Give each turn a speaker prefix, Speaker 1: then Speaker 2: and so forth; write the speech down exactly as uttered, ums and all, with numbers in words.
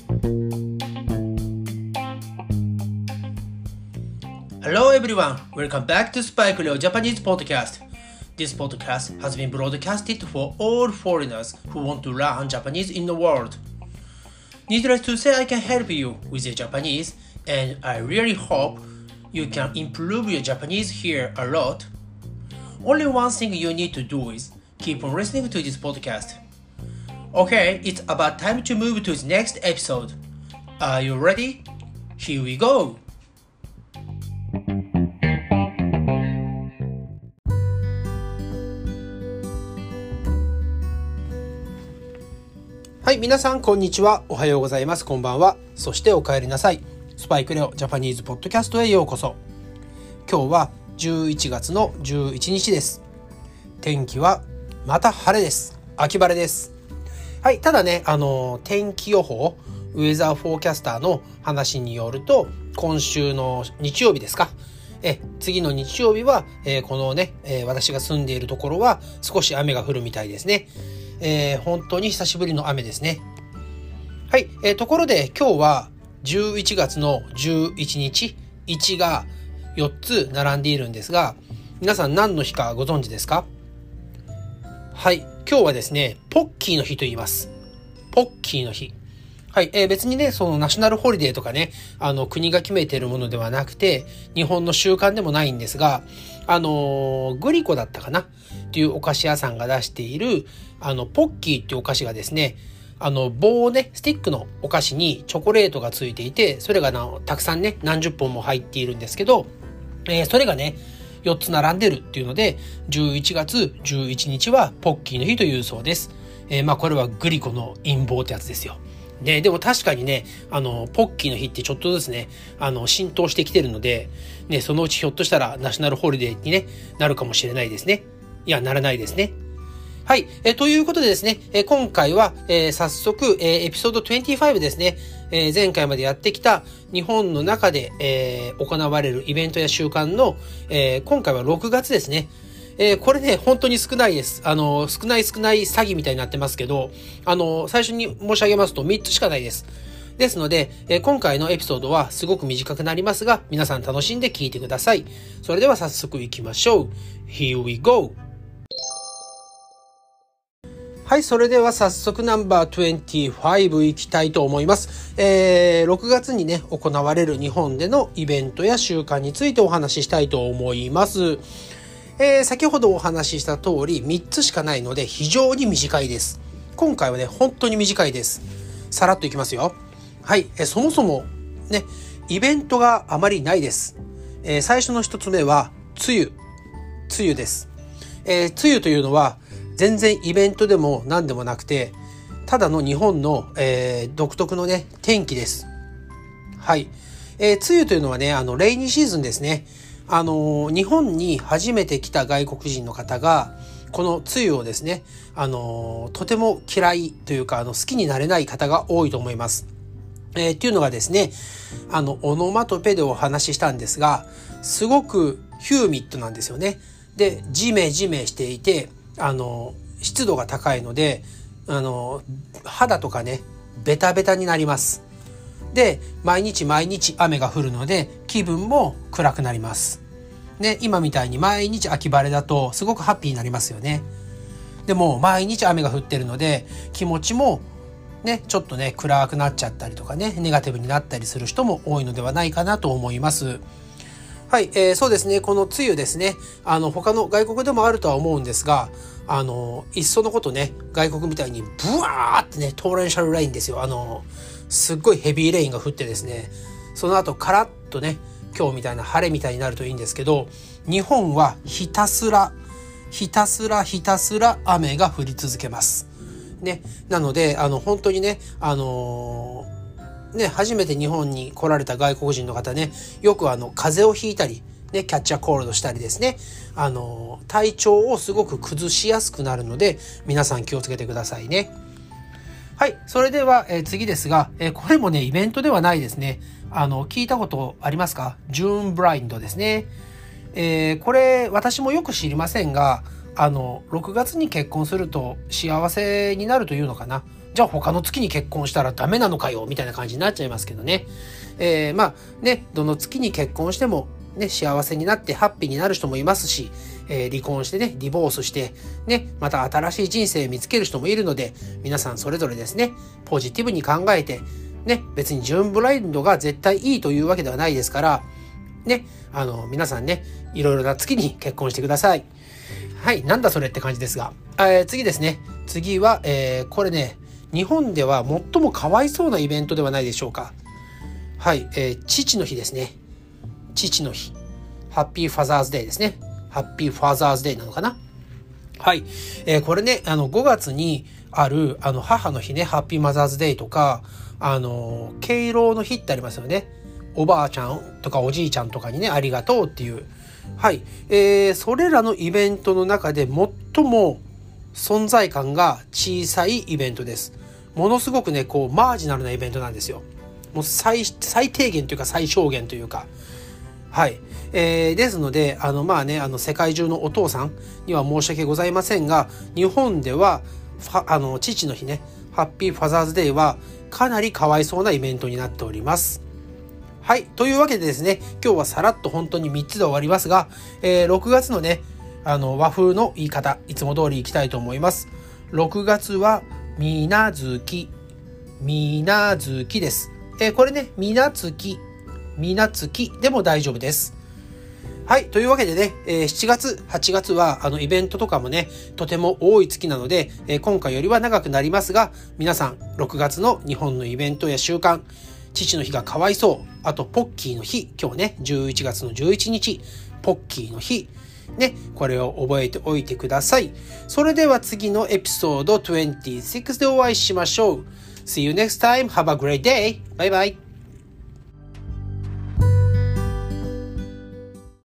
Speaker 1: Hello everyone, welcome back to Spike Leo Japanese Podcast. This podcast has been broadcasted for all foreigners who want to learn Japanese in the world. Needless to say, I can help you with your Japanese, and I really hope you can improve your Japanese here a lot. Only one thing you need to do is keep on listening to this podcast. Okay, it's about time to move to the next episode. Are you ready? Here we go! はい、皆さんこんにちは。おはようございます。こんばんは。そしてお帰りなさい。スパイクレオジャパニーズポッドキャストへようこそ。今日はじゅういちがつのじゅういちにちです。天気はまた晴れです。秋晴れです。はい、ただね、あの天気予報、ウェザーフォーキャスターの話によると、今週の日曜日ですか。え次の日曜日は、えー、このね、えー、私が住んでいるところは少し雨が降るみたいですね。えー、本当に久しぶりの雨ですね。はい、えー、ところで今日はじゅういちがつのじゅういちにち、いちがよっつ並んでいるんですが、皆さん何の日かご存知ですか？はい、今日はですね、ポッキーの日と言います。ポッキーの日。はい、えー、別にね、そのナショナルホリデーとかね、あの国が決めているものではなくて、日本の習慣でもないんですが、あのー、グリコだったかなっていうお菓子屋さんが出している、あのポッキーっていうお菓子がですね、あの棒ね、スティックのお菓子にチョコレートがついていて、それがなたくさんね、何十本も入っているんですけど、えー、それがね、よっつ並んでるっていうので、じゅういちがつじゅういちにちはポッキーの日というそうです。えー、まあこれはグリコの陰謀ってやつですよ。で、でも確かにね、あの、ポッキーの日ってちょっとずつね、あの、浸透してきてるので、ね、そのうちひょっとしたらナショナルホリデーにね、なるかもしれないですね。いや、ならないですね。はい。えということでですね、え今回は、えー、早速、えー、エピソードにじゅうごですね、えー、前回までやってきた日本の中で、えー、行われるイベントや習慣の、えー、今回はろくがつですね。えー、これね、本当に少ないです。あの、少ない少ない詐欺みたいになってますけど、あの、最初に申し上げますとみっつしかないです。ですので、えー、今回のエピソードはすごく短くなりますが、皆さん楽しんで聞いてください。それでは早速行きましょう。Here we go! はい、それでは早速ナンバーにじゅうご行きたいと思います。えー、ろくがつにね、行われる日本でのイベントや習慣についてお話ししたいと思います。えー、先ほどお話しした通りみっつしかないので非常に短いです。今回はね、本当に短いです。さらっといきますよ。はい、えー、そもそもね、イベントがあまりないです。えー、最初の一つ目は梅雨。梅雨です。えー、梅雨というのは全然イベントでも何でもなくて、ただの日本の、えー、独特のね、天気です。はい。えー、梅雨というのはね、あの、レイニーシーズンですね。あの、日本に初めて来た外国人の方が、この梅雨をですね、あの、とても嫌いというか、あの、好きになれない方が多いと思います。えー、っていうのがですね、あの、オノマトペでお話ししたんですが、すごくヒューミッドなんですよね。で、ジメジメしていて、あの、湿度が高いので、あの、肌とかね、ベタベタになります。で、毎日毎日雨が降るので、気分も暗くなります。ね、今みたいに毎日秋晴れだとすごくハッピーになりますよね。でも、毎日雨が降ってるので、気持ちもね、ちょっとね、暗くなっちゃったりとかね、ネガティブになったりする人も多いのではないかなと思います。はい、えー、そうですね、この梅雨ですね、あの、他の外国でもあるとは思うんですが、あの、いっそのことね、外国みたいにブワーってね、トーレンシャルレインですよ。あの、すっごいヘビーレインが降ってですね、その後カラッとね、今日みたいな晴れみたいになるといいんですけど、日本はひたすら、ひたすらひたすら雨が降り続けます。ね。なので、あの、本当にね、あのー、ね、初めて日本に来られた外国人の方ね、よくあの、風邪をひいたり、ね、キャッチャーコールドしたりですね、あの、体調をすごく崩しやすくなるので、皆さん気をつけてくださいね。はい。それでは、えー、次ですが、えー、これもね、イベントではないですね。あの、聞いたことありますか？ジューンブラインドですね。えー、これ、私もよく知りませんが、あの、ろくがつに結婚すると幸せになるというのかな。 じゃあ他の月に結婚したらダメなのかよみたいな感じになっちゃいますけどね。えー、まあね、どの月に結婚してもね、幸せになってハッピーになる人もいますし、えー、離婚してね、ディボースして、ね、また新しい人生を見つける人もいるので、皆さんそれぞれですね、ポジティブに考えて、ね、別にジューンブラインドが絶対いいというわけではないですから、ね、あの、皆さんね、いろいろな月に結婚してください。はい、なんだそれって感じですが、えー、次ですね。次は、えー、これね、日本では最もかわいそうなイベントではないでしょうか。はい、えー、父の日ですね。父の日。ハッピーファザーズデーですね。ハッピーファザーズデーなのかな。はい。えー、これね、あの、ごがつにある、あの、母の日ね、ハッピーマザーズデーとか、あの、敬老の日ってありますよね。おばあちゃんとかおじいちゃんとかにね、ありがとうっていう。はい。えー、それらのイベントの中で最も存在感が小さいイベントです。ものすごくね、こう、マージナルなイベントなんですよ。もう最、最低限というか最小限というか。はい。えー、ですので、あの、まあね、あの、世界中のお父さんには申し訳ございませんが、日本では、あの、父の日ね、ハッピーファザーズデーは、かなりかわいそうなイベントになっております。はい。というわけでですね、今日はさらっと本当にみっつで終わりますが、えー、ろくがつのね、あの、和風の言い方、いつも通りいきたいと思います。ろくがつは、みなづき、みなづきです。えー、これね、みなつき、みなつきでも大丈夫です。はい。というわけでね、えー、しちがつ、はちがつは、あの、イベントとかもね、とても多い月なので、えー、今回よりは長くなりますが、皆さん、ろくがつの日本のイベントや習慣、父の日がかわいそう、あと、ポッキーの日、今日ね、じゅういちがつのじゅういちにち、ポッキーの日、ね、これを覚えておいてください。それでは次のエピソードにじゅうろくでお会いしましょう。See you next time. Have a great day. Bye bye.